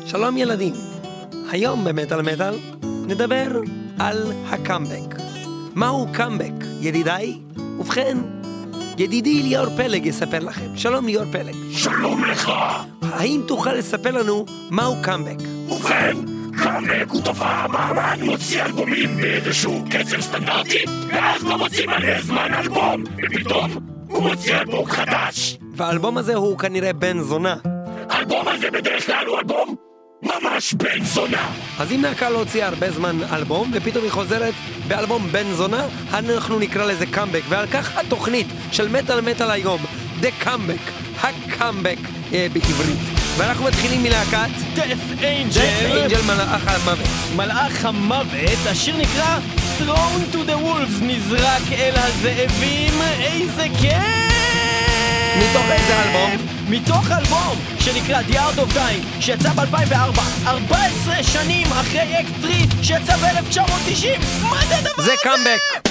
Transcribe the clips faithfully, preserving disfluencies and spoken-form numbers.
שלום ילדים, היום במטל מטל נדבר על הקאמבק. מהו קאמבק, ידידיי? ובכן, ידידי ליאור פלג יספר לכם. שלום ליאור פלג. שלום לך. האם תוכל לספר לנו מהו קאמבק? ובכן, קאמבק הוא תופעה מעמד מוציא אלבומים באיזשהו קצב סטנדרטי, ואז לא מוציא מלא זמן אלבום, ופתאום הוא מוציא אלבום חדש. והאלבום הזה הוא כנראה בן זונה. האלבום הזה בדרך כלל הוא אלבום ממש בן זונה. אז אם להקה לא הוציאה הרבה זמן אלבום ופתאום היא חוזרת באלבום בן זונה, אנחנו נקרא לזה קאמבק, ועל כך התוכנית של מטל מטל היום, The Comeback, הקאמבק אה, בעברית. ואנחנו מתחילים מלהקת Death Angel, Death Angel, מלאך המוות. מלאך המוות, השיר נקרא Thrown to the Wolves, נזרק אל הזאבים. איזה כיף! מתוך איזה אלבום? מתוך אלבום שנקרא The Art of Dying, שיצא ב-אלפיים וארבע, ארבע עשרה שנים אחרי אקט שלוש שיצא ב-אלף תשע מאות תשעים. מה זה הדבר הזה? זה קאמבק.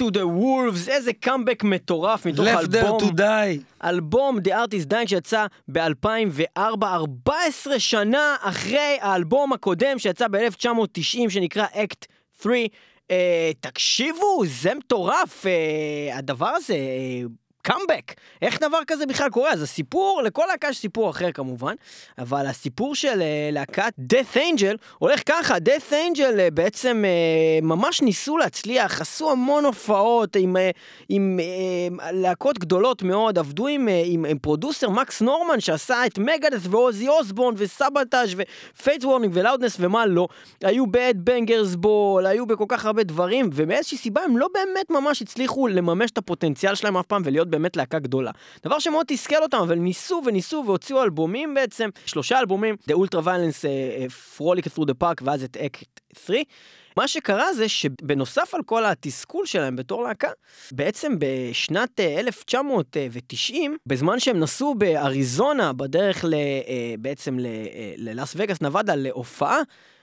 to the Wolves, איזה קאמבק מטורף מתוך Left אלבום. there to die. אלבום The Artist Dying שיצא ב-אלפיים וארבע, ארבע עשרה שנה אחרי האלבום הקודם שיצא ב-אלף תשע מאות תשעים שנקרא Act שלוש. Uh, תקשיבו, זה מטורף, uh, הדבר הזה, קאמבק. Uh, איך דבר כזה בכלל קורה? אז הסיפור, לכל להקה יש סיפור אחר כמובן, אבל הסיפור של uh, להקת Death Angel הולך ככה. Death Angel uh, בעצם uh, ממש ניסו להצליח, עשו המון הופעות עם, uh, עם uh, להקות גדולות מאוד, עבדו עם, uh, עם, עם פרודוסר מקס נורמן שעשה את מגדס ואוזי אוסבורן וסבתאז' ופייטס וורנינג ולאודנס ומה לא, היו ב-Ed Banger's Ball, היו בכל כך הרבה דברים, ומאיזושהי סיבה הם לא באמת ממש הצליחו לממש את הפוטנציאל שלהם אף פעם ולהיות באמת להקה גדולה. דבר שמאוד תסכל אותם, אבל ניסו וניסו והוציאו אלבומים בעצם, שלושה אלבומים, The Ultra Violence, uh, Frolic Through the Park ואז את Act שלוש. מה שקרה זה שבנוסף על כל התסכול שלהם בתור להקה, בעצם בשנת אלף תשע מאות תשעים, בזמן שהם נסעו באריזונה בדרך ל, בעצם ללאס וגאס נבדה להופעה,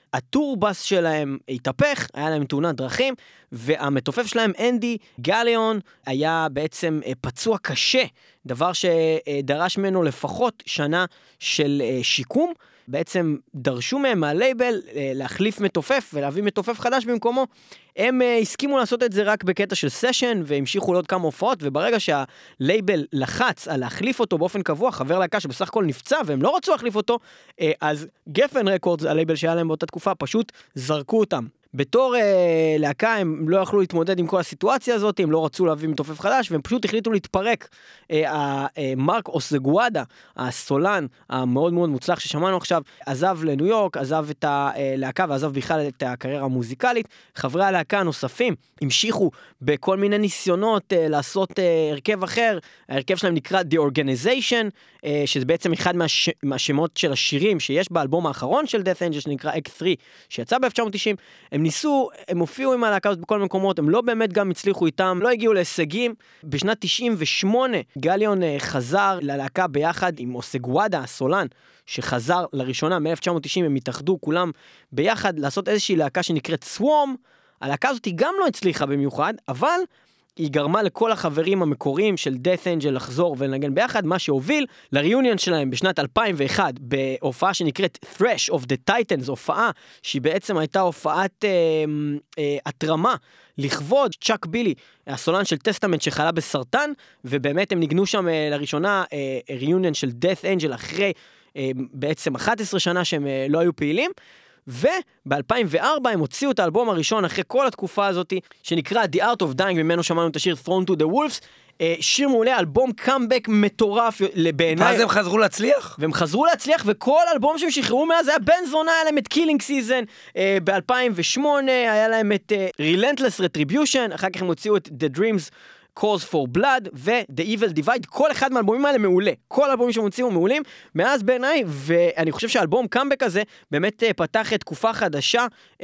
הטורבס שלהם התהפך, היה להם תאונת דרכים, והמתופף שלהם, אנדי גליון, היה בעצם פצוע קשה, דבר שדרש ממנו לפחות שנה של שיקום. בעצם דרשו מהם מהלייבל להחליף מתופף ולהביא מתופף חדש במקומו. הם הסכימו לעשות את זה רק בקטע של סשן, והמשיכו לעוד כמה הופעות, וברגע שהלייבל לחץ על להחליף אותו באופן קבוע, חבר להקה שבסך הכל נפצע, והם לא רצו להחליף אותו, אז גפן רקורדס, הלייבל שהיה להם באותה תקופה, פשוט זרקו אותם. בתור אה, להקה הם לא יכלו להתמודד עם כל הסיטואציה הזאת, הם לא רצו להביא מתופף חדש, והם פשוט החליטו להתפרק. אה, אה, מרק אוסגואדה, הסולן המאוד מאוד מוצלח ששמענו עכשיו, עזב לניו יורק, עזב את הלהקה ועזב בכלל את הקריירה המוזיקלית. חברי הלהקה הנוספים המשיכו בכל מיני ניסיונות אה, לעשות אה, הרכב אחר. ההרכב שלהם נקרא The Organization, אה, שזה בעצם אחד מהש... מהשמות של השירים שיש באלבום האחרון של Death Angel שנקרא Act שלוש, שיצא ב-אלף תשע מאות תשעים. הם ניסו, הם הופיעו עם הלהקה הזאת בכל מיני מקומות, הם לא באמת גם הצליחו איתם, לא הגיעו להישגים. בשנת תשעים ושמונה גליון חזר ללהקה ביחד עם אוסגואדה, הסולן, שחזר לראשונה מ-אלף תשע מאות תשעים, הם התאחדו כולם ביחד לעשות איזושהי להקה שנקראת סוורם. הלהקה הזאת היא גם לא הצליחה במיוחד, אבל היא גרמה לכל החברים המקוריים של Death Angel לחזור ולנגן ביחד, מה שהוביל לריאוניון שלהם בשנת אלפיים ואחת, בהופעה שנקראת Thrash of the Titans, הופעה שהיא בעצם הייתה הופעת אה, אה, התרמה לכבוד צ'אק בילי, הסולן של טסטמנט שחלה בסרטן, ובאמת הם ניגנו שם אה, לראשונה אה, ריאוניון של Death Angel אחרי אה, בעצם אחת עשרה שנה שהם אה, לא היו פעילים, וב-אלפיים וארבע הם הוציאו את האלבום הראשון אחרי כל התקופה הזאת, שנקרא The Art of Dying, ממנו שמענו את השיר Thrown to the Wolves, שיר מעולה, אלבום קאמבק מטורף בעיניי. ואז הם חזרו להצליח? והם חזרו להצליח, וכל אלבום שהם שחררו מאז היה בן זונה, היה להם את Killing Season, ב-אלפיים ושמונה היה להם את Relentless Retribution, אחר כך הם הוציאו את The Dreams Cause for Blood ו-The Evil Divide, כל אחד מהאלבומים האלה מעולה, כל האלבומים שמוציאו מעולים מאז בעיניי, ואני חושב שהאלבום קאמבק הזה באמת פתח את תקופה חדשה,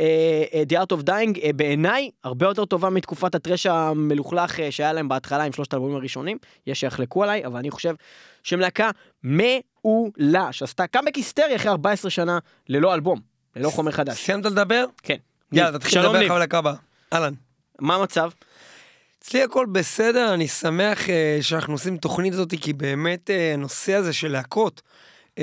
The Art of Dying בעיניי הרבה יותר טובה מתקופת הטרש המלוכלך שהיה להם בהתחלה עם שלושת האלבומים הראשונים, יש שיחלקו עליי, אבל אני חושב שהם להקה מעולה, שעשתה קאמבק היסטרי אחרי ארבע עשרה שנה ללא אלבום, ללא חומר חדש. סיימת לדבר? כן. יאללה, תתחיל לדבר לך להקה הבאה. אהלן. מה המצב? אצלי הכל בסדר, אני שמח uh, שאנחנו עושים תוכנית הזאת, כי באמת uh, הנושא הזה של להקות, uh,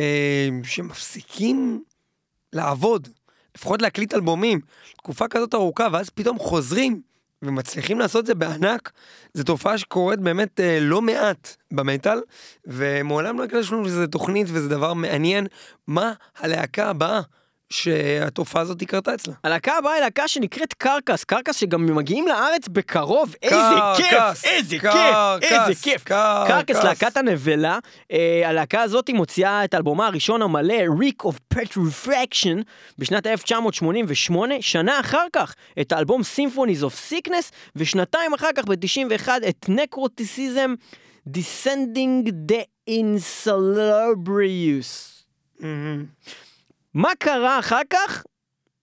שמפסיקים לעבוד, לפחות להקליט אלבומים, תקופה כזאת ארוכה, ואז פתאום חוזרים ומצליחים לעשות את זה בענק, זו תופעה שקורית באמת uh, לא מעט במטל, ומעולם לא הקלטנו שזה תוכנית וזה דבר מעניין. מה הלהקה הבאה שהתופעה הזאת היא קרתה אצלה? הלהקה הבאה היא להקה שנקראת קרקס, קרקס שגם מגיעים לארץ בקרוב, איזה כיף, איזה כיף, איזה כיף. קרקס, להקת הנבלה, הלהקה הזאת מוציאה את האלבומה הראשון המלא, Reek of Petrifaction, בשנת אלף תשע מאות שמונים ושמונה, שנה אחר כך את האלבום Symphonies of Sickness, ושנתיים אחר כך ב-תשעים ואחת את Necroticism Descending the Insalubrious. מה קרה אחר כך?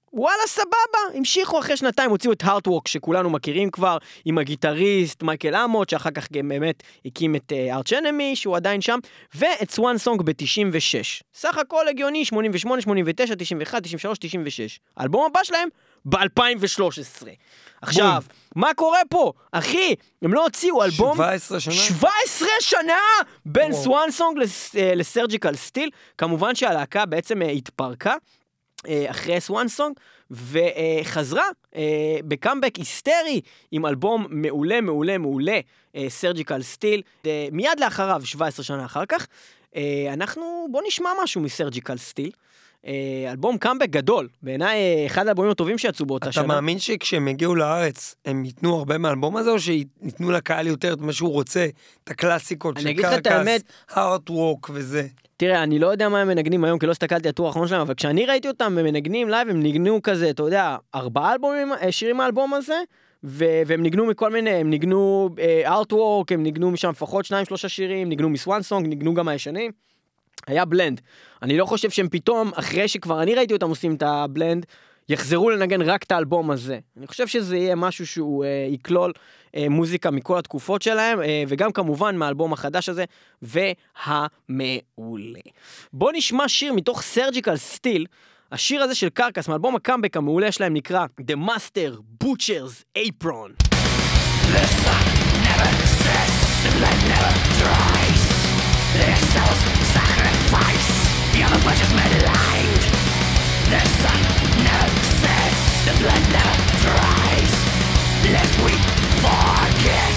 וואלה סבבה, המשיכו אחרי שנתיים, הוציאו את הארטוורק שכולנו מכירים כבר, עם הגיטריסט מייקל אמוט, שאחר כך גם באמת הקים את ארץ' אנמי, שהוא עדיין שם, ואת סואן סונג ב-תשעים ושש. סך הכל הגיוני, שמונים ושמונה, שמונים ותשע, תשעים ואחת, תשעים ושלוש, תשעים ושש. האלבום הבא שלהם, ב-אלפיים ושלוש עשרה. עכשיו, מה קורה פה? אחי, הם לא הוציאו אלבום... שבע עשרה שנה? שבע עשרה שנה! בין סואן סונג לסרג'יקל סטיל. כמובן שהלהקה בעצם התפרקה. אחרי סואן סונג, וחזרה בקאמבק היסטרי עם אלבום מעולה, מעולה, מעולה, סרג'יקל סטיל, מיד לאחריו, שבע עשרה שנה אחר כך, אנחנו, בוא נשמע משהו מסרג'יקל סטיל, אלבום קאמבק גדול, בעיניי אחד האלבומים הטובים שיצאו באותה שנה. אתה מאמין שכשהם הגיעו לארץ, הם ייתנו הרבה מהאלבום הזה, או שיתנו לקהל יותר את מה שהוא רוצה, את הקלאסיקות של קרקס, הארטוורק וזה? תראה, אני לא יודע מה הם מנגנים היום, כי לא הסתכלתי על הטור האחרון שלהם, אבל כשאני ראיתי אותם, הם מנגנים לייב, הם ניגנו כזה, אתה יודע, ארבעה אלבומים, שירים מהאלבום הזה, ו- והם ניגנו מכל מיני, הם ניגנו ארטוורק, הם ניגנו משם לפחות שניים, שלושה שירים, ניגנו מסואן סונג, ניגנו גם הישנים. היה בלנד. אני לא חושב שהם פתאום, אחרי שכבר אני ראיתי אותם עושים את הבלנד, יחזרו לנגן רק את האלבום הזה. אני חושב שזה יהיה משהו שהוא אה, יכלול אה, מוזיקה מכל התקופות שלהם, אה, וגם כמובן מהאלבום החדש הזה, והמעולה. בוא נשמע שיר מתוך סרג'יקל סטיל, השיר הזה של קרקס, מאלבום הקאמבק המעולה שלהם נקרא The Master Butcher's Apron. The sun never sets, the blood never dries. Their souls sacrifice, the other butchers maligned. The sun never sets, the blood never dries. Lest we forget.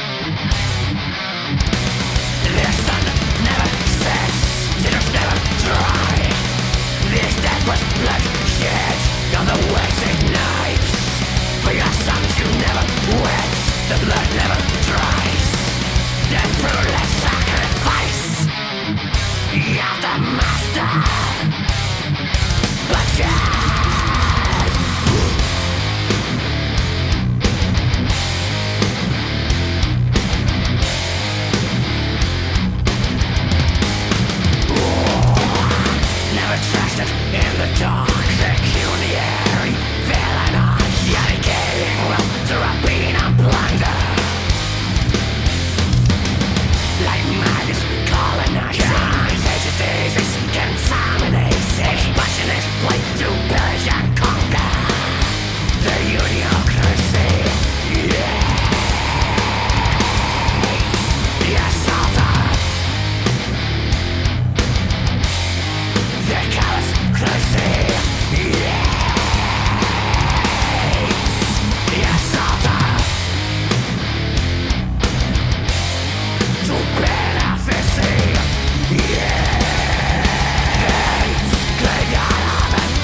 The sun never sets, sinners never dry. This death was bloodshed on the wetting knives. For your sons you never wet, the blood never dries. The fruitless sacrifice of the master butchers. Never trusted in the dark, pecuniary villain, yet he getting well to rapine and plunder. Like madness colonizing, contagious disease contaminates, expansion is played to pillage and conquer the uniocracy. Yeah, the assaulter, the callous crazy. Yeah, the assaulter. To beneficy, yeah, graveyard of it.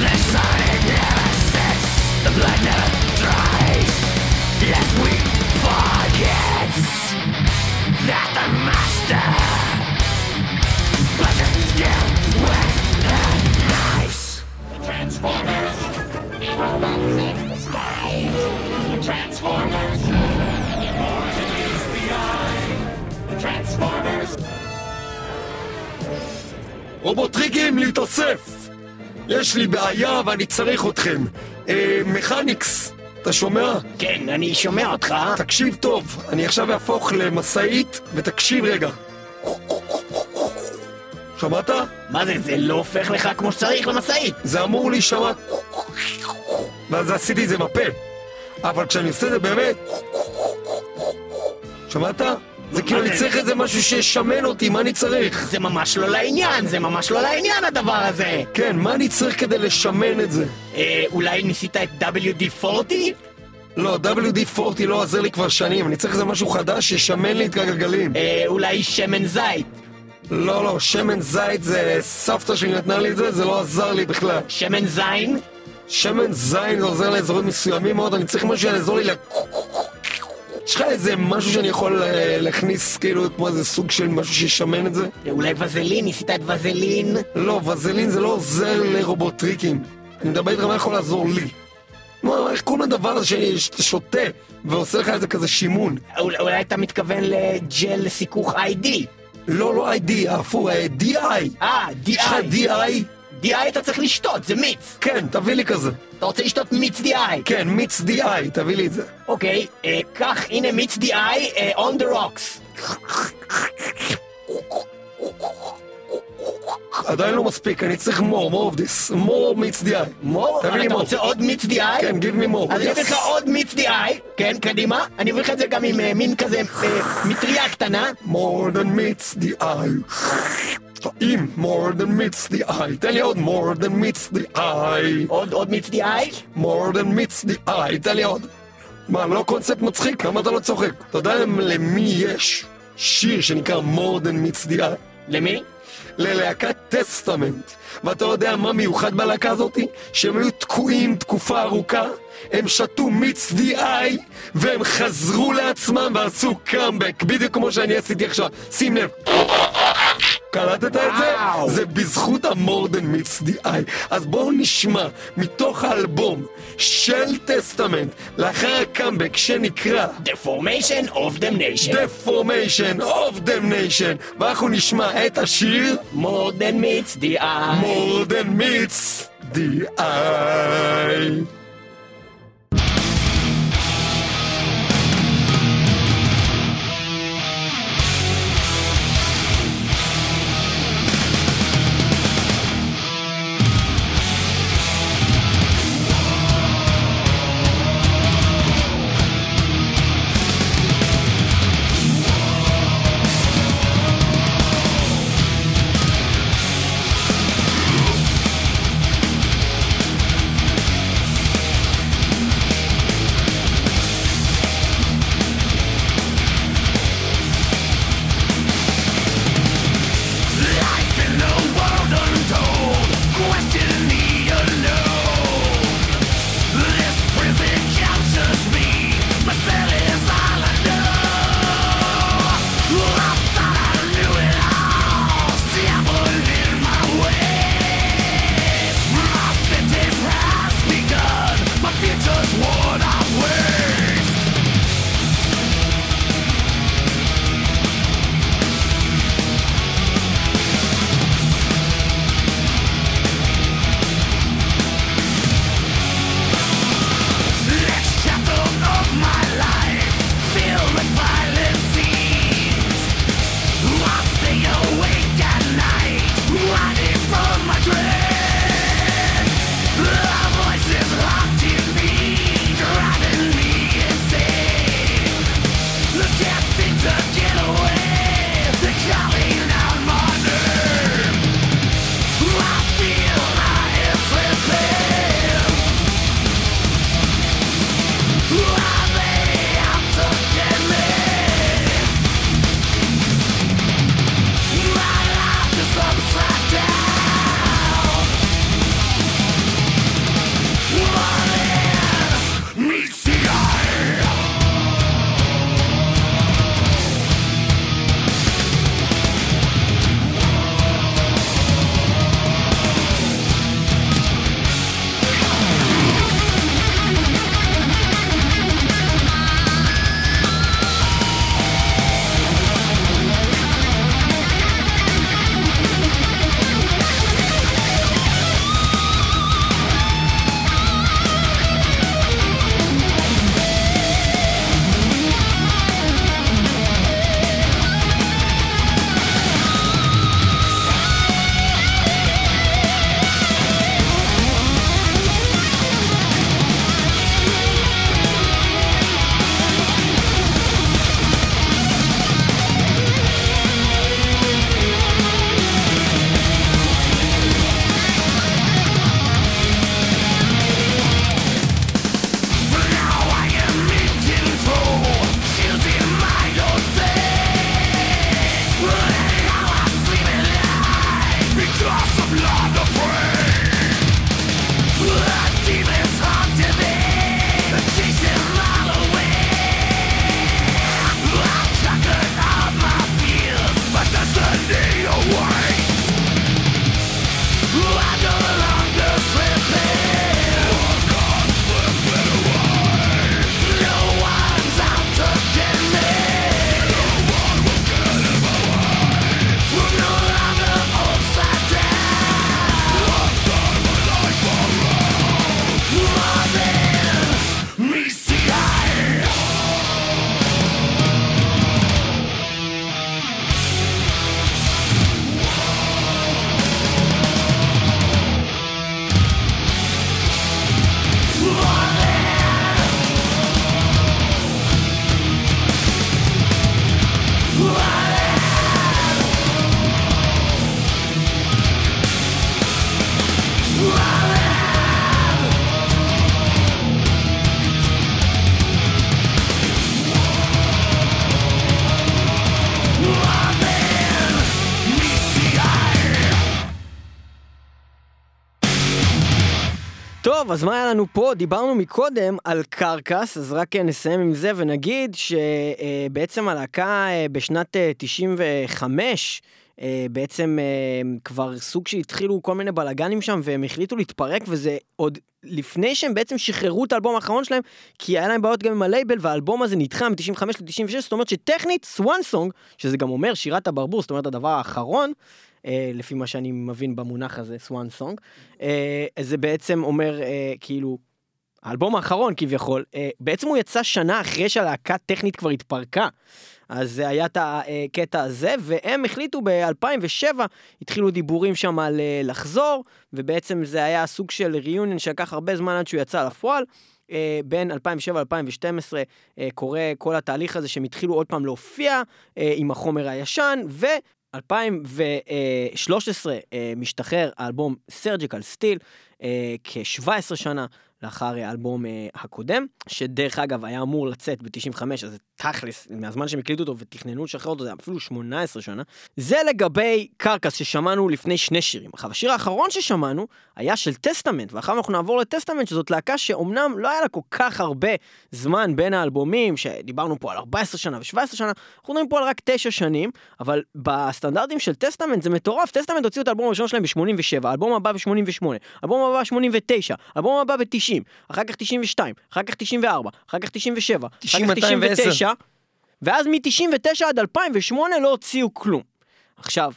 The sun it never sets, the blood never dries, lest we forget that the master but still with the knives. Transformers, robots in the skies. Transformers, more than meets the eye. Transformers. רובוטריקים להתאסף! יש לי בעיה ואני צריך אתכם. אה, מכניקס, אתה שומע? כן, אני שומע אותך. תקשיב טוב, אני עכשיו אהפוך למשאית ותקשיב רגע. שמעת? מה זה, זה לא הופך לך כמו שצריך למשאית? זה אמור להישמע... ואז עשיתי את זה מפה. אבל כשאני עושה את זה באמת... שמעת? זה כאילו אני צריך איזה משהו שישמן אותי, מה אני צריך? זה ממש לא לעניין, זה ממש לא לעניין הדבר הזה. כן, מה אני צריך כדי לשמן את זה? אה, אולי ניסית את דאבליו די ארבעים? לא, דאבליו די ארבעים לא עזר לי כבר שנים, אני צריך איזה משהו חדש שישמן לי את הגלגלים. אה, אולי שמן זית. לא, לא, שמן זית זה... סבתא שלי נתנה לי את זה, זה לא עזר לי בכלל. שמן זין? שמן זין זה עוזר לאזורים מסוימים מאוד, אני צריך משהו שיעזור לי ל... יש לך איזה משהו שאני יכול להכניס, כאילו, כמו איזה סוג של משהו שישמן את זה? אולי וזלין, ניסית את וזלין? לא, וזלין זה לא עוזר לרובוטריקים. אני מדבר איתך מה יכול לעזור לי. מה, איך קוראים לדבר הזה שאתה שותה ועושה לך איזה כזה שימון? אולי, אולי אתה מתכוון לג'ל לסיכוך איי די? לא, לא איי די, אפור, די איי. אה, די יש לך איי. די איי? די איי אתה צריך לשתות, זה מיץ. כן, תביא לי כזה. אתה רוצה לשתות מיץ די איי? כן, מיץ די איי, תביא לי את זה. אוקיי, אה, קח, הנה מיץ די איי, אה, on the rocks. עדיין לא מספיק, אני צריך more, more of this, more מיץ די איי. מור? תביא לי אתה more. רוצה עוד מיץ די איי? כן, give me more. אז אני אביא לך Yes. עוד מיץ די איי, כן, קדימה. אני אביא לך את זה גם עם אה, מין כזה אה, מטריה קטנה. more than meets the eye. עם more than meets the eye. תן לי עוד more than meets the eye. עוד, עוד מיץ די איי? more than meets the eye. תן לי עוד. מה, לא קונספט מצחיק? למה אתה לא צוחק? אתה יודע למי יש שיר שנקרא more than meets the eye? למי? ללהקת טסטמנט. ואתה יודע מה מיוחד בלהקה הזאתי? שהם היו תקועים תקופה ארוכה, הם שתו מיץ די איי והם חזרו לעצמם ועשו קאמבק, בדיוק כמו שאני עשיתי עכשיו. שים לב, קלטת את זה? וואו. זה בזכות המורדן מיץ די איי. אז בואו נשמע מתוך האלבום של טסטמנט לאחר הקאמבק שנקרא The Formation of Damnation. The Formation of Damnation, ואנחנו נשמע את השיר More than meets the eye. More than meets the eye. טוב, אז מה היה לנו פה? דיברנו מקודם על קרקס, אז רק נסיים עם זה ונגיד שבעצם הלהקה בשנת תשעים וחמש, בעצם כבר סוג שהתחילו כל מיני בלגנים שם, והם החליטו להתפרק, וזה עוד לפני שהם בעצם שחררו את האלבום האחרון שלהם, כי היה להם בעיות גם עם הלייבל, והאלבום הזה נדחה מ-תשעים וחמש ל-תשעים ושש, זאת אומרת שטכנית, סוואן סונג, שזה גם אומר שירת הברבור, זאת אומרת הדבר האחרון, לפי מה שאני מבין במונח הזה, סוואן סונג, זה בעצם אומר כאילו, האלבום האחרון כביכול, בעצם הוא יצא שנה אחרי שהלהקה טכנית כבר התפרקה, אז זה היה את הקטע הזה, והם החליטו ב-אלפיים ושבע, התחילו דיבורים שם על לחזור, ובעצם זה היה סוג של ריוניון שלקח הרבה זמן עד שהוא יצא לפועל, בין אלפיים ושבע אלפיים ושתים עשרה קורה כל התהליך הזה שהם התחילו עוד פעם להופיע עם החומר הישן, ו-אלפיים ושלוש עשרה משתחרר האלבום Surgical Steel, כ-שבע עשרה שנה לאחר האלבום הקודם, שדרך אגב היה אמור לצאת ב-תשעים וחמש, אז תכלס, מהזמן שהם הקליטו אותו ותכננו לשחרר אותו, זה אפילו שמונה עשרה שנה. זה לגבי קרקס ששמענו לפני שני שירים. עכשיו, השיר האחרון ששמענו היה של טסטמנט, ואחר אנחנו נעבור לטסטמנט, שזאת להקה שאומנם לא היה לה כל כך הרבה זמן בין האלבומים, שדיברנו פה על ארבע עשרה שנה ו-שבע עשרה שנה, אנחנו מדברים פה על רק תשע שנים, אבל בסטנדרטים של טסטמנט זה מטורף. טסטמנט הוציאו את האלבום הראשון שלהם ב-שמונים ושבע, האלבום הבא ב-שמונים ושמונה, האלבום הבא ב-שמונים ותשע, האלבום הבא ב-תשעים, אחר כך תשעים ושתיים, אחר כך תשעים וארבע, אחר כך תשעים ושבע, אחר כך תשעים ותשע, ואז מ-תשעים ותשע עד אלפיים ושמונה לא הוציאו כלום. עכשיו,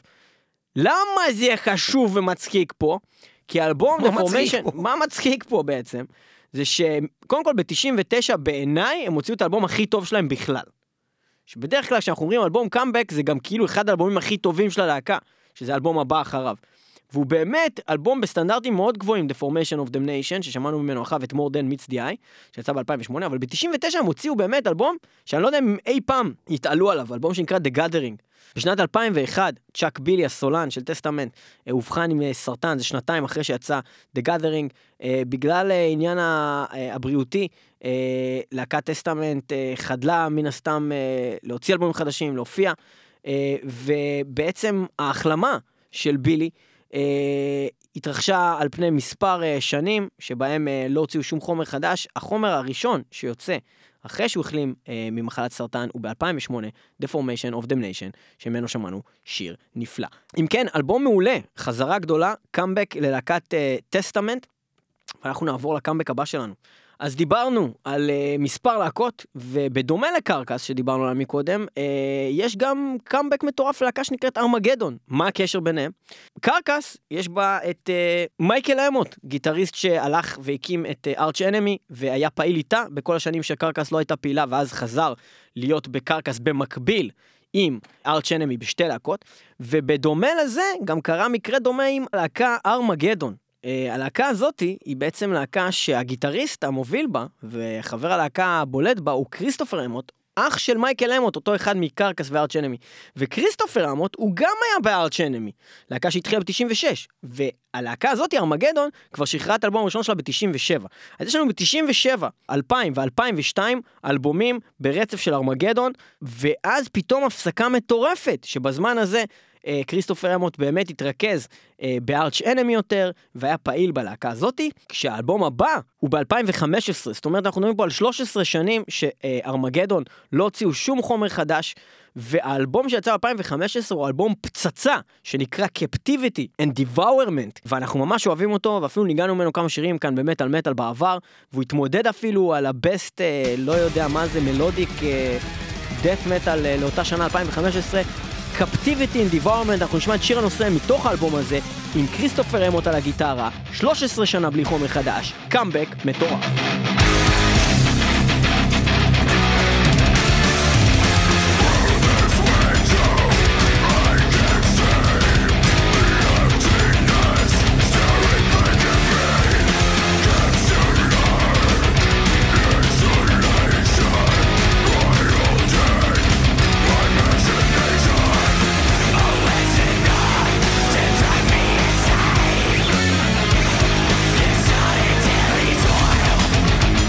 למה זה חשוב ומצחיק פה? כי האלבום Deformation, מה מצחיק פה בעצם? זה שקודם כל ב-תשעים ותשע בעיניי הם הוציאו את האלבום הכי טוב שלהם בכלל. שבדרך כלל כשאנחנו אומרים אלבום קאמבק זה גם כאילו אחד האלבומים הכי טובים של הלהקה, שזה האלבום הבא אחריו. והוא באמת אלבום בסטנדרטים מאוד גבוהים, Deformation of Damnation, ששמענו ממנו אחריו את More Than Meets the Eye, שיצא ב-אלפיים ושמונה, אבל ב-תשעים ותשע הם הוציאו באמת אלבום, שאני לא יודע אם אי פעם יתעלו עליו, אלבום שנקרא The Gathering. בשנת אלפיים ואחת, צ'אק בילי, הסולן של טסטמנט, הובחן עם סרטן, זה שנתיים אחרי שיצא The Gathering, בגלל העניין הבריאותי, להקת טסטמנט חדלה מן הסתם להוציא אלבומים חדשים, להופיע, ובעצם ההחלמה של בילי, Uh, התרחשה על פני מספר uh, שנים שבהם uh, לא הוציאו שום חומר חדש. החומר הראשון שיוצא אחרי שהוא החלים uh, ממחלת סרטן הוא ב-אלפיים ושמונה, Deformation of Damnation, שממנו שמענו שיר נפלא. אם כן, אלבום מעולה, חזרה גדולה, קאמבק ללהקת טסטמנט, uh, ואנחנו נעבור לקאמבק הבא שלנו. אז דיברנו על uh, מספר להקות, ובדומה לקרקס שדיברנו עליו מקודם, uh, יש גם קאמבק מטורף ללהקה שנקראת ארמגדון. מה הקשר ביניהם? קרקס, יש בה את uh, מייקל אמוט, גיטריסט שהלך והקים את ארץ' אנמי, והיה פעיל איתה בכל השנים שקרקס לא הייתה פעילה, ואז חזר להיות בקרקס במקביל עם ארץ' אנמי בשתי להקות, ובדומה לזה גם קרה מקרה דומה עם להקה ארמגדון. Uh, הלהקה הזאת היא בעצם להקה שהגיטריסט המוביל בה וחבר הלהקה הבולט בה הוא כריסטופר אמוט, אח של מייקל אמוט, אותו אחד מקרקס וארץ' אנמי. וכריסטופר אמוט הוא גם היה בארץ' אנמי, להקה שהתחילה ב-תשעים ושש, והלהקה הזאת, ארמגדון, כבר שחררה את האלבום הראשון שלה ב-תשעים ושבע. אז יש לנו ב-תשעים ושבע, אלפיים ו-אלפיים ושתיים אלבומים ברצף של ארמגדון, ואז פתאום הפסקה מטורפת שבזמן הזה כריסטופר אמוט באמת התרכז בארץ' אנמי יותר, והיה פעיל בלהקה הזאת, כשהאלבום הבא הוא ב-אלפיים וחמש עשרה, זאת אומרת אנחנו מדברים פה על שלוש עשרה שנים שארמגדון לא הוציאו שום חומר חדש, והאלבום שיצא ב-אלפיים וחמש עשרה הוא אלבום פצצה, שנקרא Captivity and Devourment, ואנחנו ממש אוהבים אותו, ואפילו ניגענו ממנו כמה שירים כאן באמת על מטל בעבר, והוא התמודד אפילו על הבסט, לא יודע מה זה, מלודיק death metal לאותה שנה אלפיים וחמש עשרה, Captivity and Devourment. אנחנו נשמע את שיר הנושא מתוך האלבום הזה, עם כריסטופר אמוט על הגיטרה, שלוש עשרה שנה בלי חומר חדש, קאמבק מטורף. Solitary toil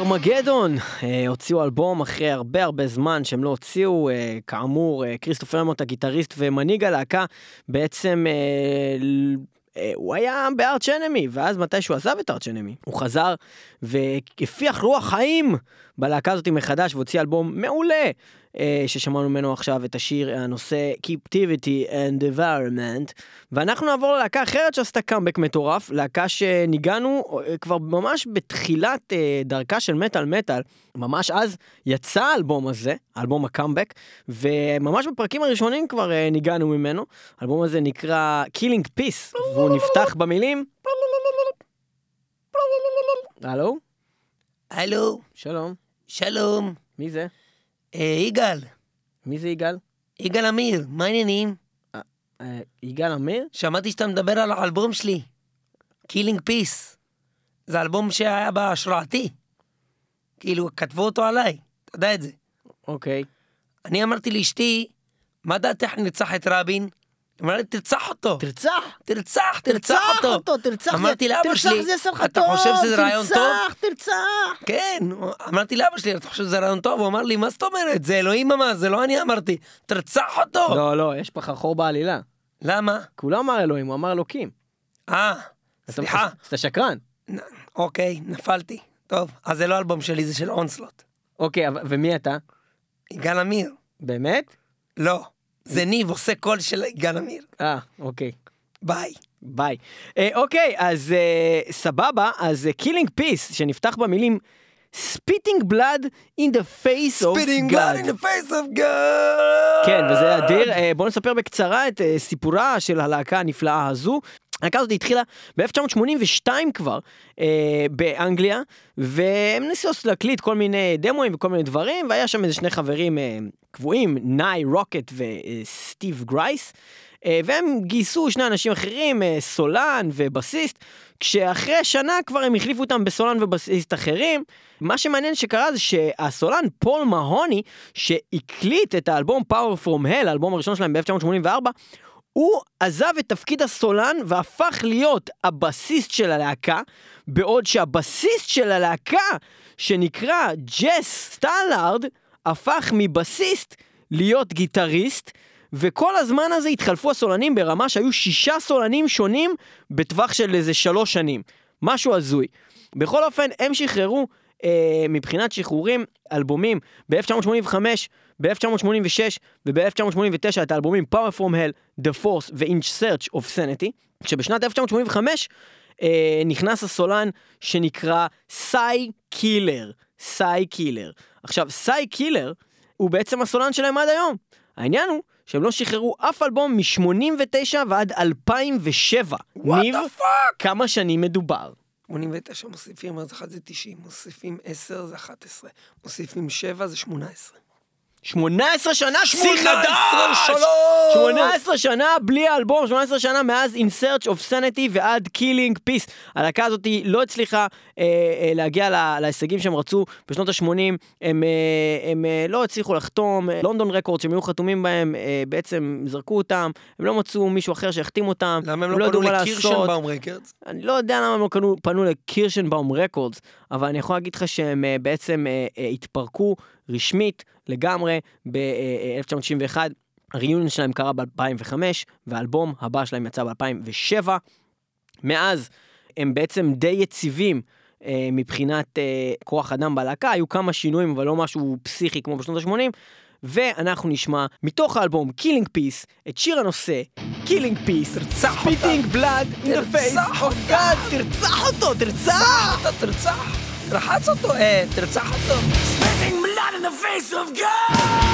ארמגדון הוציאו אלבום אחרי הרבה הרבה זמן שהם לא הוציאו, כאמור כריסטופר אמוט הגיטריסט ומנהיג הלהקה בעצם הוא היה בארץ' אנמי, ואז מתי שהוא עזב את ארץ' אנמי הוא חזר והפיח רוח חיים בלהקה הזאת מחדש והוציא אלבום מעולה ששמענו ממנו עכשיו את השיר הנושא Captivity and Environment, ואנחנו נעבור ללהקה אחרת שעשתה קאמבק מטורף, להקה שניגענו כבר ממש בתחילת דרכה של מטל מטל, ממש אז יצא האלבום הזה, אלבום הקאמבק, וממש בפרקים הראשונים כבר ניגענו ממנו. האלבום הזה נקרא Killing Peace, והוא נפתח במילים הלו? הלו, שלום. שלום. מי זה? אה, יגאל. מי זה יגאל? יגאל אמיר, מה העניינים? אה, יגאל אמיר? שמעתי שאתה מדבר על האלבום שלי, Killing Peace. זה אלבום שהיה בהשראתי. כאילו, כתבו אותו עליי, אתה יודע את זה. אוקיי. אני אמרתי לאשתי, מה דעתך נרצח את רבין? אמרה לי, תרצח אותו. תרצח! תרצח, תרצח אותו. אותו, תרצח. אמרתי לאבא שלי, תרצח זה יעשה לך טוב. אתה חושב שזה רעיון טוב? תרצח, תרצח. כן, אמרתי לאבא שלי, אתה חושב שזה רעיון טוב? הוא אמר לי, מה זאת אומרת? זה אלוהים אמר, זה לא אני אמרתי. תרצח אותו. לא, לא, יש פח חור בעלילה. למה? כי הוא לא אמר אלוהים, הוא אמר אלוקים. אה, סליחה. אז אתה שקרן. אוקיי, נפלתי. טוב, אז זה לא אלבום שלי, זה של אונסלוט. אוקיי, ומי אתה? יגאל אמיר. באמת? לא, זה ניב עושה קול של יגאל אמיר. אה, אוקיי. ביי. ביי. אה, אוקיי, אז אה, סבבה, אז uh, Killing Peace, שנפתח במילים Spitting blood in the face of God. Spitting blood in the face of God. כן, וזה אדיר. אה, בואו נספר בקצרה את אה, סיפורה של הלהקה הנפלאה הזו. הלהקה הזאת התחילה ב-אלף תשע מאות שמונים ושתיים כבר אה, באנגליה, והם ניסו להקליט כל מיני דמוים וכל מיני דברים, והיה שם איזה שני חברים אה, קבועים, ניי רוקט וסטיב גרייס, אה, והם גייסו שני אנשים אחרים, אה, סולן ובסיסט, כשאחרי שנה כבר הם החליפו אותם בסולן ובסיסט אחרים. מה שמעניין שקרה זה שהסולן פול מהוני, שהקליט את האלבום Power From Hell, האלבום הראשון שלהם ב-אלף תשע מאות שמונים וארבע, הוא עזב את תפקיד הסולן והפך להיות הבסיסט של הלהקה, בעוד שהבסיסט של הלהקה, שנקרא ג'ס סטאלארד, הפך מבסיסט להיות גיטריסט, וכל הזמן הזה התחלפו הסולנים ברמה שהיו שישה סולנים שונים בטווח של איזה שלוש שנים. משהו הזוי. בכל אופן, הם שחררו אה, מבחינת שחרורים אלבומים ב-אלף תשע מאות שמונים וחמש, ב-אלף תשע מאות שמונים ושש וב-אלף תשע מאות שמונים ותשע את האלבומים Power From Hell, The Force ו-In Search of Sanity, כשבשנת אלף תשע מאות שמונים וחמש אה, נכנס הסולן שנקרא סאי קילר. סאי קילר. עכשיו, סאי קילר הוא בעצם הסולן שלהם עד היום. העניין הוא שהם לא שחררו אף אלבום מ-שמונים ותשע ועד אלפיים ושבע. ניב, כמה שנים מדובר? שמונים ותשע מוסיפים, אז אחד זה תשעים, מוסיפים עשר זה אחת עשרה, מוסיפים שבע זה שמונה עשרה. שמונה עשרה שנה, שמונה עשרה שלוש! שמונה עשרה שנה בלי האלבום, שמונה עשרה שנה מאז In Search of Sanity ועד Killing Peace. הלהקה הזאת לא הצליחה אה, אה, להגיע לה, להישגים שהם רצו בשנות ה-שמונים, הם, אה, הם אה, לא הצליחו לחתום, לונדון רקורד שהם היו חתומים בהם, אה, בעצם זרקו אותם, הם לא מצאו מישהו אחר שיחתים אותם. למה הם לא, לא פנו לקירשנבאום רקורדס? אני לא יודע למה הם לא פנו, פנו לקירשנבאום רקורדס, אבל אני יכול להגיד לך שהם אה, בעצם אה, אה, התפרקו רשמית לגמרי ב-אלף תשע מאות תשעים ואחת, הריאיון שלהם קרה ב-אלפיים וחמש, והאלבום הבא שלהם יצא ב-אלפיים ושבע. מאז הם בעצם די יציבים אה, מבחינת אה, כוח אדם בלהקה, היו כמה שינויים אבל לא משהו פסיכי כמו בשנות ה-שמונים, ואנחנו נשמע מתוך האלבום Killing Peace את שיר הנושא Killing Peace, תרצח Spitting blood in the face of God. תרצח אותו, תרצח! אתה תרצח! רחץ אותו, אה, תרצח אותו. Spitting blood in the face of God!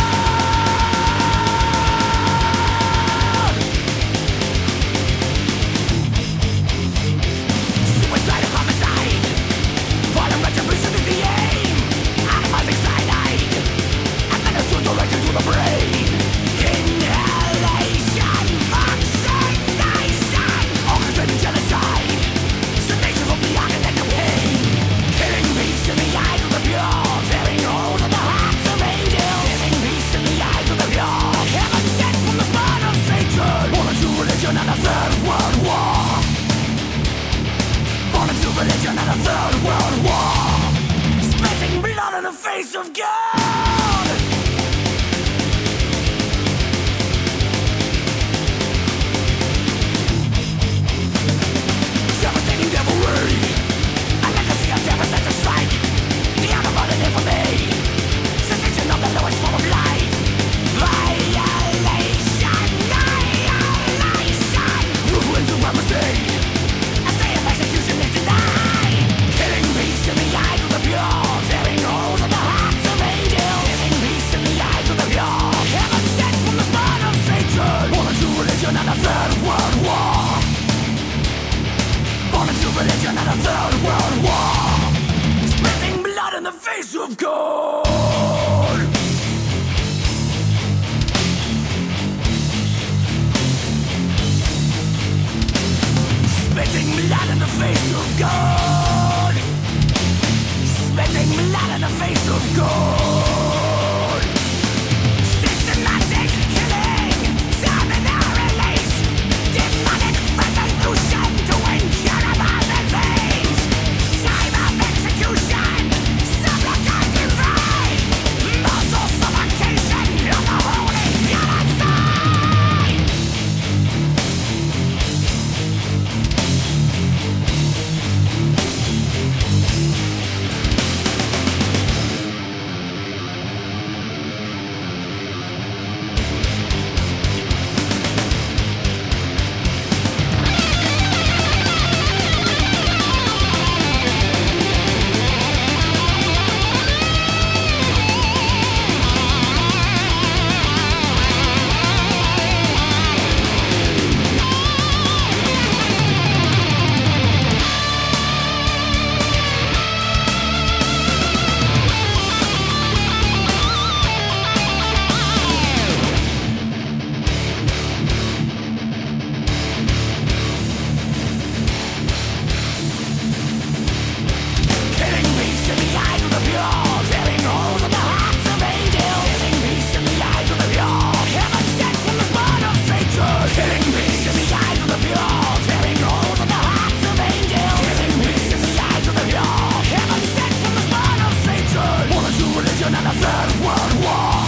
Suicide and homicide, violent retribution is the aim. Animatic cyanide, administered directly to the brain. Inhalation, oxidation, orchestrated genocide, sedation from the agony and the pain. Killing peace in the eyes of the pure, tearing holes in the hearts of angels. Giving the face of God. Devastating devilry, a legacy of devastating strike. The unabundant infamy, cessation of the lowest form of life. Violation, annihilation, brutal and supremacy. A state of execution is denied. Killing peace in the eyes of the pure, tearing holes in the hearts of angels. Killing peace in the eyes of the pure, heaven sent from the spawn of Satan. Born into religion and a third world war. Born into religion and a third world war. Spitting blood in the face of God. Spitting blood in the face of God. Spitting blood in the face of God. Systematic killing, seminar release, demonic resolution to incurable disease. Time of execution, supplicant divine, muzzle suffocation of the holy genocide. Killing peace in the eyes of the pure, tearing holes in the hearts of angels. Killing peace in the eyes of the pure, heaven sent from the spawn of Satan. Killing peace in the eyes of the pure, tearing holes in the hearts of angels. Killing peace in the eyes of the pure, heaven sent from the spawn of Satan. Born into religion and a third world war.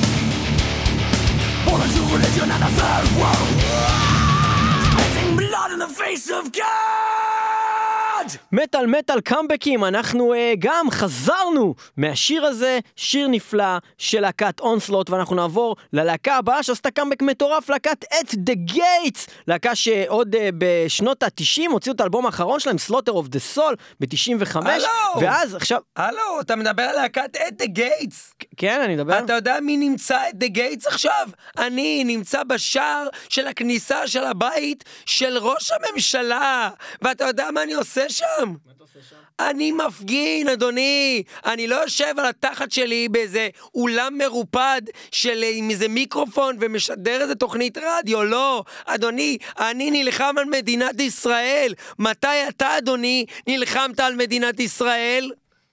Born into religion and a third world war. Spitting blood in the face of God. מטל מטל קאמבקים, אנחנו uh, גם חזרנו מהשיר הזה, שיר נפלא של להקת אונסלוט, ואנחנו נעבור ללהקה הבאה שעשתה קאמבק מטורף, להקת את דה גייטס, להקה שעוד uh, בשנות ה-תשעים הוציאו את האלבום האחרון שלהם, סלוטר אוף דה סול, ב-תשעים וחמש, הלו! ואז עכשיו... הלו, אתה מדבר על להקת את דה גייטס? כן, אני מדבר. אתה יודע מי נמצא את דה גייטס עכשיו? אני נמצא בשער של הכניסה של הבית של ראש הממשלה, ואתה יודע מה אני עושה שם? מה אתה עושה שם? אני מפגין, אדוני. אני לא יושב על התחת שלי באיזה אולם מרופד של עם איזה מיקרופון ומשדר איזה תוכנית רדיו, לא. אדוני, אני נלחם על מדינת ישראל. מתי אתה, אדוני, נלחמת על מדינת ישראל?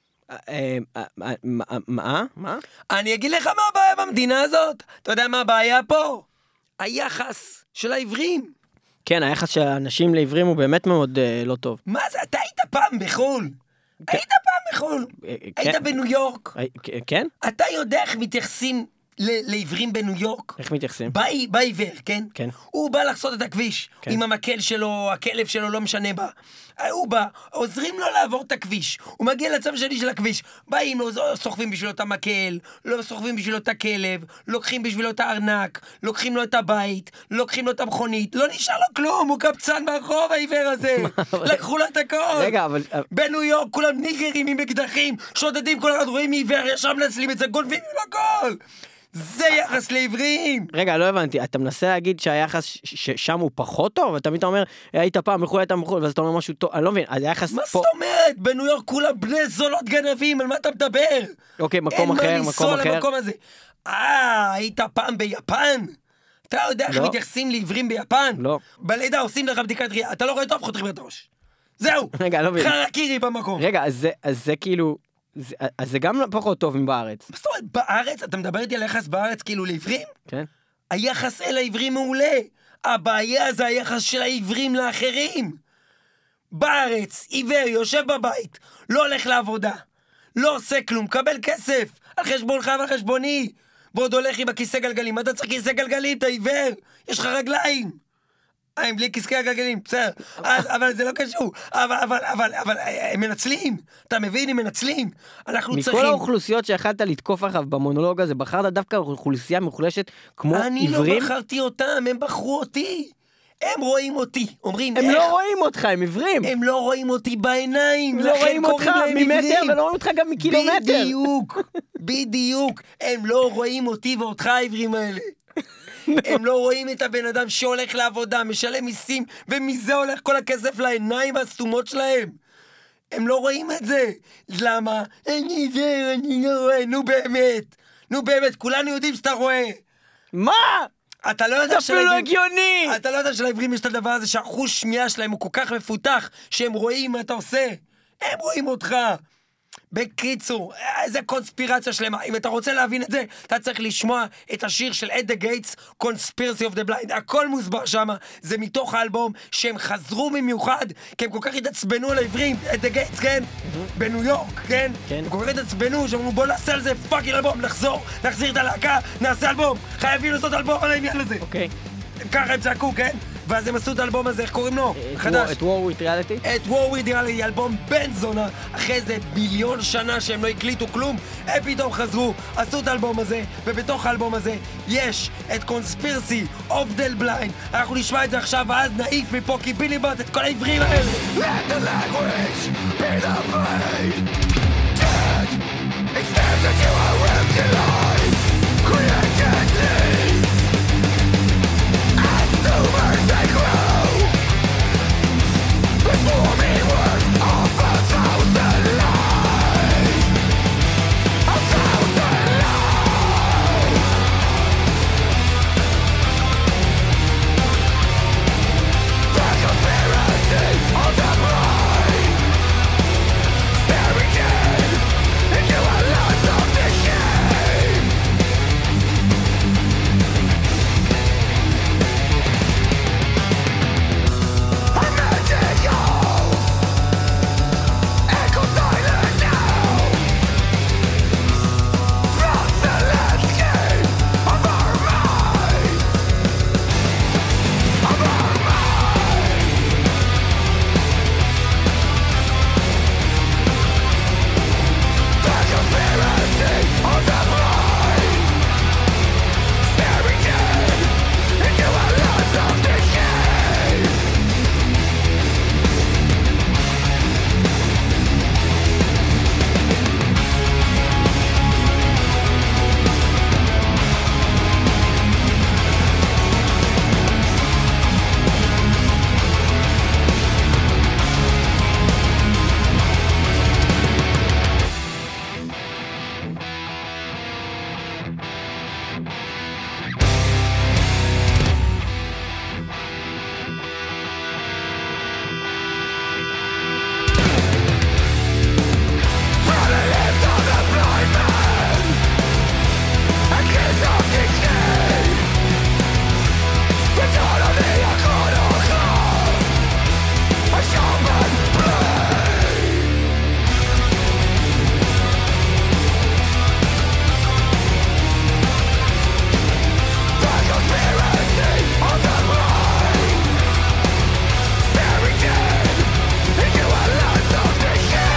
מה? מה? אני אגיד לך מה הבעיה במדינה הזאת. אתה יודע מה הבעיה פה? היחס של העברים. כן, היחס של האנשים לעברים הוא באמת מאוד uh, לא טוב. מה זה? אתה היית פעם בחול? כן. היית פעם בחול? כן. היית בניו יורק? כן? אתה יודע איך מתייחסים ל- לעברים בניו יורק? איך מתייחסים? בא, בא עיוור, כן? כן. הוא בא לחסות את הכביש, כן. עם המקל שלו, הכלב שלו, לא משנה בה. הוא בא, עוזרים לו לעבור את הכביש, הוא מגיע לצד שני של הכביש, באים לו, סוחבים בשבילו את המקל, לא סוחבים בשבילו את הכלב, לוקחים בשבילו את הארנק, לוקחים לו את הבית, לוקחים לו את המכונית, לא נשאר לו כלום, הוא קפצן ברחוב העיוור הזה, לקחו לו את הכל. רגע, אבל... בניו יורק כולם ניגרים עם אקדחים, שודדים כל אחד, רואים עיוור, ישר מנצלים את זה, גונבים עם הכל. זה יחס לעברים. רגע, לא הבנתי, אתה מנסה להגיד שהיחס ששם הוא פחות טוב? אתה תמיד אומר, היית פעם מחול, היית מחול, ואז אתה אומר משהו טוב, אני לא מבין, אז היחס מה פה... זאת אומרת? בניו יורק כולם בני זונות גנבים, על מה אתה מדבר? אוקיי, מקום אחר, אין מקום מה אחר. לנסוע למקום הזה. אה, היית פעם ביפן? אתה יודע איך לא. מתייחסים לעברים ביפן? לא. בלידה עושים לך בדיקת ראייה, אתה לא רואה טוב, חותכים את הראש. זהו, רגע, לא מבין. חרקירי במקום. רגע, אז זה, אז זה כאילו... זה, אז זה גם פחות טוב מבארץ. מה זאת אומרת, בארץ? אתה מדבר איתי על היחס בארץ כאילו לעברים? כן? היחס אל העברים מעולה. הבעיה זה היחס של העברים לאחרים. בארץ, עיוור יושב בבית, לא הולך לעבודה, לא עושה כלום, קבל כסף, על חשבונך ועל חשבוני, ועוד הולך עם הכיסא גלגלים, אתה צריך כיסא גלגלים, אתה עיוור, יש לך רגליים. אה, הם בלי כיסא גלגלים, בסדר, אבל זה לא קשור, אבל, אבל, אבל, אבל, הם מנצלים, אתה מבין, הם מנצלים, אנחנו צריכים... מכל האוכלוסיות שיכלת לתקוף אחריו במונולוג הזה, בחרת דווקא אוכלוסייה מחולשת כמו עיוורים? אני לא בחרתי אותם, הם בחרו אותי. הם רואים אותי, אומרים הם איך... לא רואים אותך, הם עיוורים. הם לא רואים אותי בעיניים, הם לא רואים אותך ממטר ולא רואים אותך גם מקילומטר. בדיוק, בדיוק. הם לא רואים אותי ואותך העיוורים האלה. הם לא רואים את הבן אדם שהולך לעבודה, משלם מיסים, ומזה הולך כל הכסף לעיניים והסתומות שלהם. הם לא רואים את זה. למה? אני זה, אני לא רואה, נו באמת. נו באמת, כולנו יודעים שאתה רואה. מה? אתה לא יודע זה אפילו הגיוני! אתה לא יודע שלעברים יש את הדבר הזה שהחוש שמיעה שלהם הוא כל כך מפותח שהם רואים מה אתה עושה. הם רואים אותך. בקיצור, איזה קונספירציה שלמה. אם אתה רוצה להבין את זה, אתה צריך לשמוע את השיר של אד דה גייטס, Conspiracy of the Blind. הכל מוסבר שם, זה מתוך האלבום שהם חזרו במיוחד, כי הם כל כך התעצבנו על העברים, אד דה גייטס, כן? בניו יורק, כן? כן. הם כל כך התעצבנו, שאמרו בוא נעשה על זה פאקינג אלבום, נחזור, נחזיר את הלהקה, נעשה אלבום, חייבים לעשות אלבום על העניין הזה. אוקיי. ככה הם צעקו, כן? ואז הם עשו את האלבום הזה, איך קוראים לו? חדש. את War with Reality? את War with Reality, אלבום בן זונה. אחרי איזה ביליון שנה שהם לא הקליטו כלום, הם פתאום חזרו, עשו את האלבום הזה, ובתוך האלבום הזה יש את Conspiracy of the Blind. אנחנו נשמע את זה עכשיו, ואז נעיף מפה כי בילי בוט את כל העברים האלה. Let the language be the blade. Dead, extends into a empty life. Created leaves. As tumors they grow. Before me words of a thousand lies. A thousand lies. The conspiracy of the blind. Staring dead into a life of decay. Echo silent now. From the landscape of our minds. Of our minds. The conspiracy of the blind. Staring dead into a life of decay. From the lips of the blind man, a kiss of decay. The dawn of the iconoclast, a sharpened blade. The conspiracy of the blind, staring dead into a life of decay.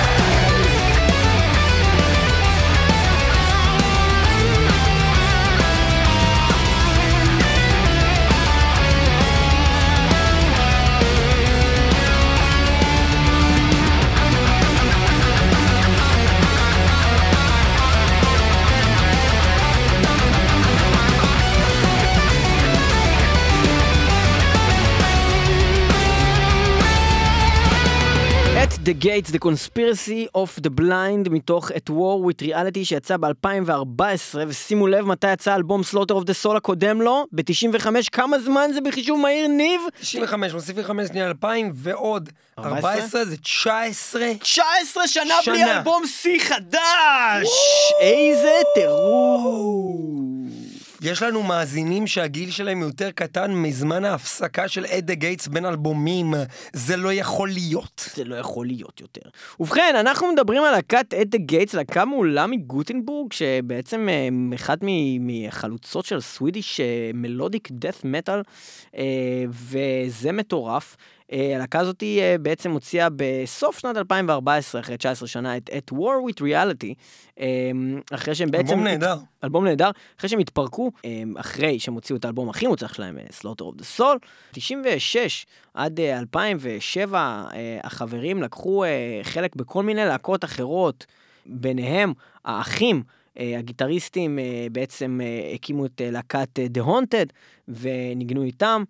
At the Gates, The Conspiracy of the Blind, מתוך את War with Reality שיצא ב-אלפיים וארבע עשרה, ושימו לב מתי יצא אלבום Slaughter of the Soul הקודם לו, ב-תשעים וחמש. כמה זמן זה בחישוב מהיר, ניב? תשעים וחמש, מוסיפים חמש שנייה אלפיים ועוד ארבע עשרה, זה תשע עשרה. תשע עשרה שנה בלי שנה. אלבום שיא חדש! איזה טירוף! יש לנו מאזינים שהגיל שלהם יותר קטן מזמן ההפסקה של אד דה גייטס בין אלבומים. זה לא יכול להיות. זה לא יכול להיות יותר. ובכן, אנחנו מדברים על להקת אד דה גייטס, להקה מעולה מגוטנבורג, שבעצם אחת מחלוצות של סווידיש מלודיק דאט מטל, וזה מטורף. הלהקה הזאת היא בעצם הוציאה בסוף שנת אלפיים וארבע עשרה, אחרי תשע עשרה שנה, את At War with Reality, אחרי שהם בעצם... אלבום נהדר. אלבום נהדר, אחרי שהם התפרקו, אחרי שהם הוציאו את האלבום הכי מוצלח שלהם, Slaughter of the Soul, תשעים ושש עד אלפיים ושבע, החברים לקחו חלק בכל מיני להקות אחרות, ביניהם האחים, הגיטריסטים בעצם הקימו את להקת The Haunted, וניגנו איתם,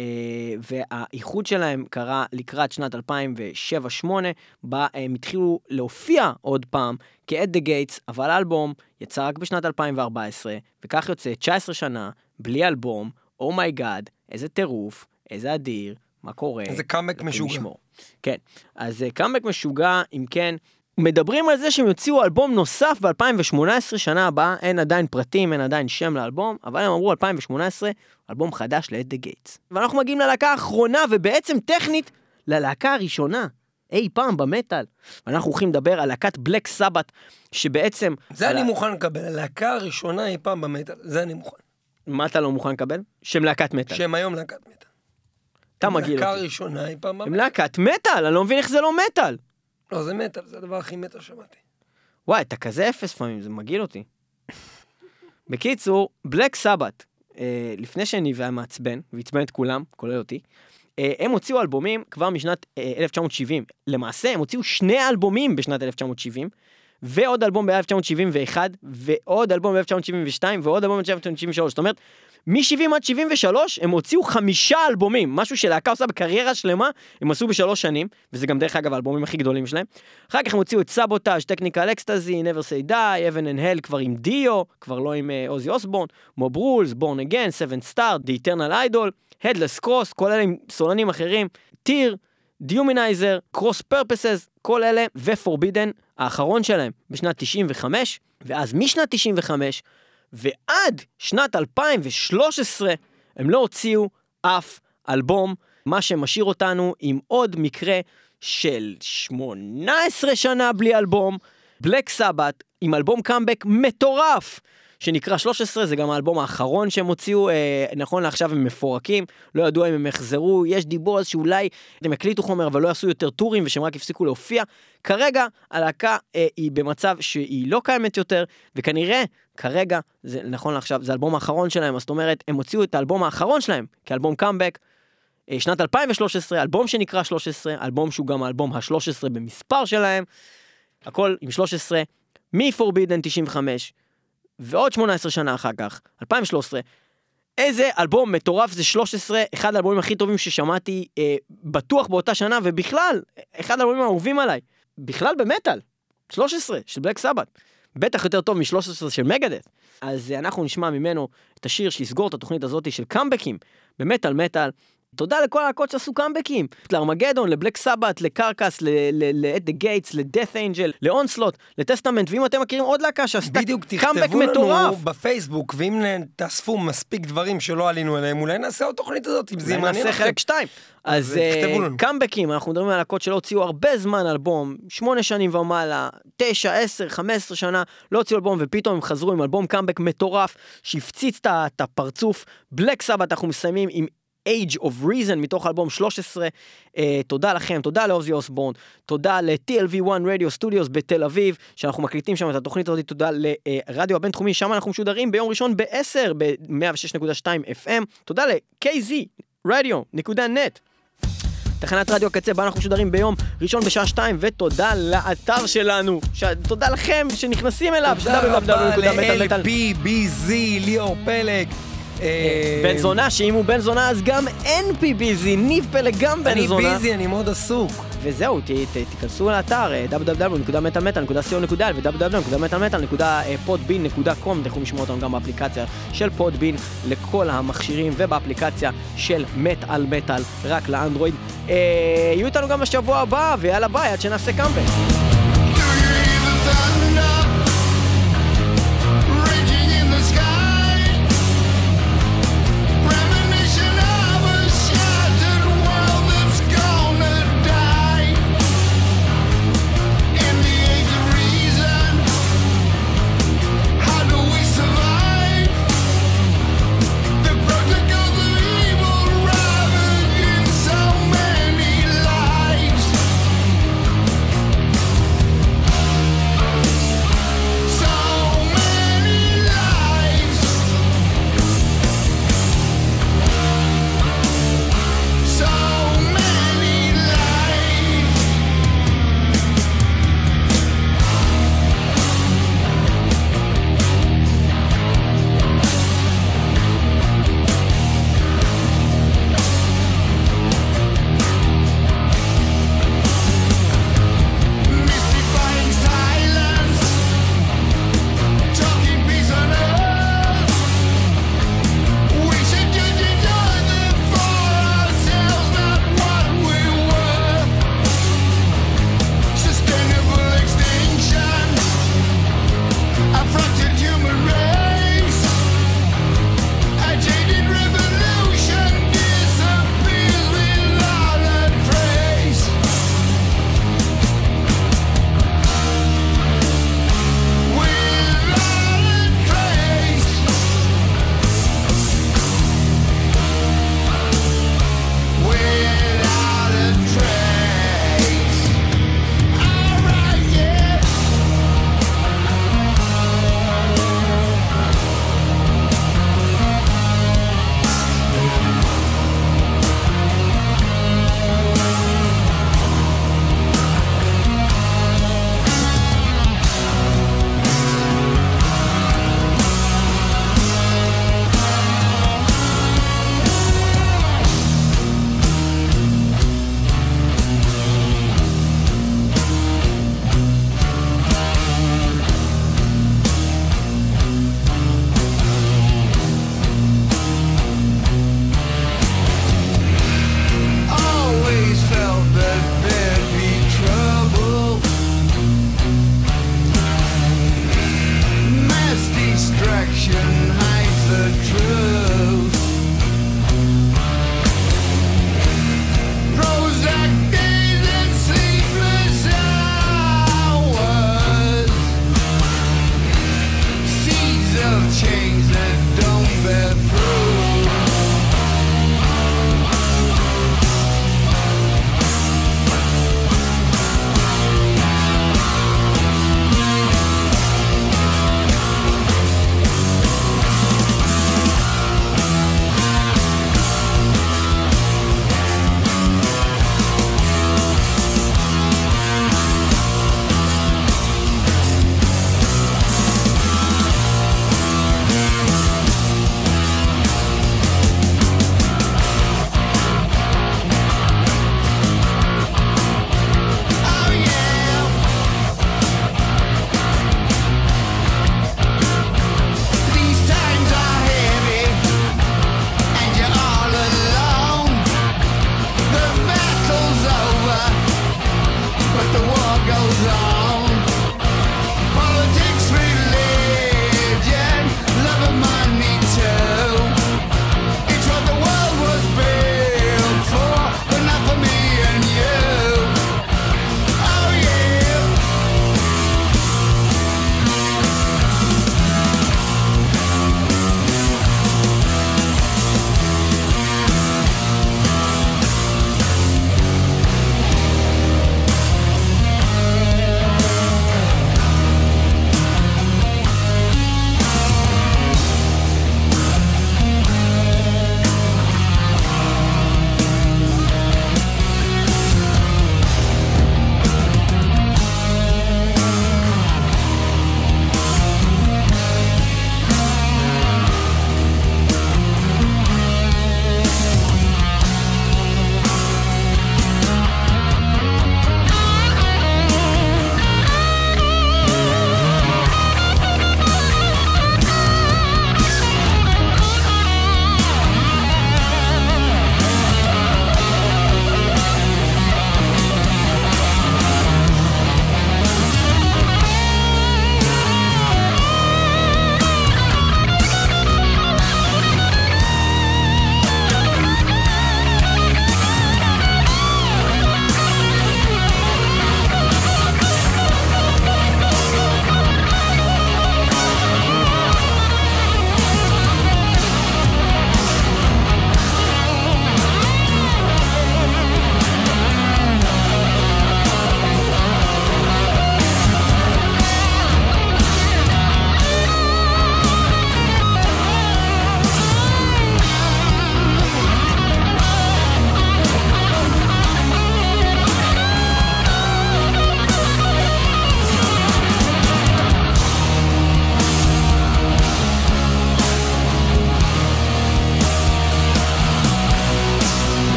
והאיחוד שלהם קרה לקראת שנת אלפיים ושבע שמונה, בה הם התחילו להופיע עוד פעם כ-At the Gates, אבל האלבום יצא רק בשנת אלפיים וארבע עשרה, וכך יוצא תשע עשרה שנה, בלי אלבום. אומייגאד, איזה טירוף, איזה אדיר, מה קורה? איזה קאמבק משוגע. כן, אז קאמבק משוגע, אם כן, מדברים על זה שהם יוציאו אלבום נוסף ב-אלפיים ושמונה עשרה, שנה הבאה, אין עדיין פרטים, אין עדיין שם לאלבום, אבל הם אמרו אלפיים ושמונה עשרה, אלבום חדש ל-At the Gates. ואנחנו מגיעים ללהקה האחרונה, ובעצם טכנית, ללהקה הראשונה, אי פעם במטל. ואנחנו הולכים לדבר על להקת בלק סבת, שבעצם... זה אני מוכן לקבל, הלהקה הראשונה אי פעם במטל, זה אני מוכן. מה אתה לא מוכן לקבל? שהם להקת מטל. שהם היום להקת מטל. אתה מגיע אותי. להקה הראשונה אי פעם במטל. הם להקת מטל, אני לא מבין איך זה לא מטל. לא, זה מטל, זה הדבר הכי מטל שמעתי. וואי, אתה כזה אפס פעמים, זה מגיל אותי. בקיצור, בלק סבת, אה, לפני שאני והיה מעצבן, והצבן את כולם, כולל אותי, אה, הם הוציאו אלבומים כבר משנת אה, אלף תשע מאות שבעים. למעשה, הם הוציאו שני אלבומים בשנת אלף תשע מאות שבעים, ועוד אלבום ב-אלף תשע מאות שבעים ואחת, ועוד אלבום ב-אלף תשע מאות שבעים ושתיים, ועוד אלבום ב-אלף תשע מאות שבעים ושלוש. זאת אומרת, מ-שבעים עד שבעים ושלוש הם הוציאו חמישה אלבומים, משהו שלהקה עושה בקריירה שלמה, הם עשו בשלוש שנים, וזה גם דרך אגב האלבומים הכי גדולים שלהם. אחר כך הם הוציאו את סאבוטאז', טכניקל אקסטזי, Never Say Die, Heaven and Hell כבר עם דיו, כבר לא עם אוזי אוסבורן, Mob Rules, Born Again, Seven Star, The Eternal Idol, Headless Cross, כל אלה עם סולנים אחרים, Tear, Dehumanizer, Cross Purposes, כל אלה, ו-Forbidden, האחרון שלהם בשנת תשעים וחמש, ואז משנת תשעים וחמש, ועד שנת אלפיים ושלוש עשרה הם לא הוציאו אף אלבום, מה שמשאיר אותנו עם עוד מקרה של שמונה עשרה שנה בלי אלבום, בלק סבת עם אלבום קאמבק מטורף, שנקרא שלוש עשרה, זה גם האלבום האחרון שהם הוציאו, אה, נכון לעכשיו הם מפורקים, לא ידוע אם הם יחזרו, יש דיבור אז שאולי הם הקליטו חומר, אבל לא עשו יותר טורים, ושהם רק הפסיקו להופיע. כרגע הלהקה אה, היא במצב שהיא לא קיימת יותר, וכנראה, כרגע, זה, נכון לעכשיו, זה האלבום האחרון שלהם, אז זאת אומרת, הם הוציאו את האלבום האחרון שלהם, כאלבום קאמבק, אה, שנת אלפיים ושלוש עשרה, אלבום שנקרא שלוש עשרה, אלבום שהוא גם האלבום ה-שלוש עשרה במספר שלהם, הכל עם שלוש עשרה, מ-Forbidden תשעים וחמש, ועוד שמונה עשרה שנה אחר כך, אלפיים ושלוש עשרה, איזה אלבום מטורף זה שלוש עשרה, אחד האלבומים הכי טובים ששמעתי, אה, בטוח באותה שנה, ובכלל, אחד האלבומים האהובים עליי, בכלל במטל, שלוש עשרה של בלק סבת, בטח יותר טוב מ-שלוש עשרה של מגדת. אז אה, אנחנו נשמע ממנו את השיר שיסגור את התוכנית הזאת של קאמבקים, במטל מטל. תודה לכל הלהקות שעשו קאמבקים, לארמגדון, לבלק סבת, לקרקס, ל-At the Gates, ל-Death Angel, לאונסלוט, לטסטמנט, ואם אתם מכירים עוד להקה שעשתה קאמבק מטורף. תכתבו לנו בפייסבוק, ואם תאספו מספיק דברים שלא עלינו עליהם, אולי נעשה עוד תוכנית הזאת, אם זה מעניין. נעשה חלק שתיים. אז קאמבקים, אנחנו מדברים על להקות שלא הוציאו הרבה זמן אלבום, שמונה שנים ומעלה, תשע, עשר, חמש עשרה שנה, לא הוציאו אלבום, ופתאום הם חזרו עם אלבום קאמבק מטורף, שהפציץ את הפרצוף. בלק סבת, אנחנו מסיימים עם Age of Reason מתוך אלבום שלוש עשרה. uh, תודה לכם, תודה לאוזי אוסבורן, תודה ל-טי אל וי וואן Radio Studios בתל אביב, שאנחנו מקליטים שם את התוכנית הזאת, תודה לרדיו הבינתחומי, שם אנחנו משודרים ביום ראשון ב-עשר, ב-מאה ושש נקודה שתיים אף אם, תודה ל-קיי זי רדיו נקודה נט, תחנת רדיו הקצה, בה אנחנו משודרים ביום ראשון בשעה שתיים, ותודה לאתר שלנו, ש... תודה לכם שנכנסים אליו, תודה רבה ל-אל פי בי זי, ליאור פלג, בן זונה, שאם הוא בן זונה אז גם אין פי ביזי, ניב פלג גם בן זונה. אני ביזי, אני מאוד עסוק. וזהו, תיכנסו לאתר דאבליו דאבליו דאבליו נקודה מטל מטל נקודה סי או נקודה אל ו-דאבליו דאבליו דאבליו נקודה מטל מטל נקודה פודבין נקודה קום. אתם יכולים לשמוע אותנו גם באפליקציה של פודבין לכל המכשירים, ובאפליקציה של מטל מטל רק לאנדרואיד. יהיו איתנו גם בשבוע הבא, ויאללה ביי, עד שנעשה קאמבק.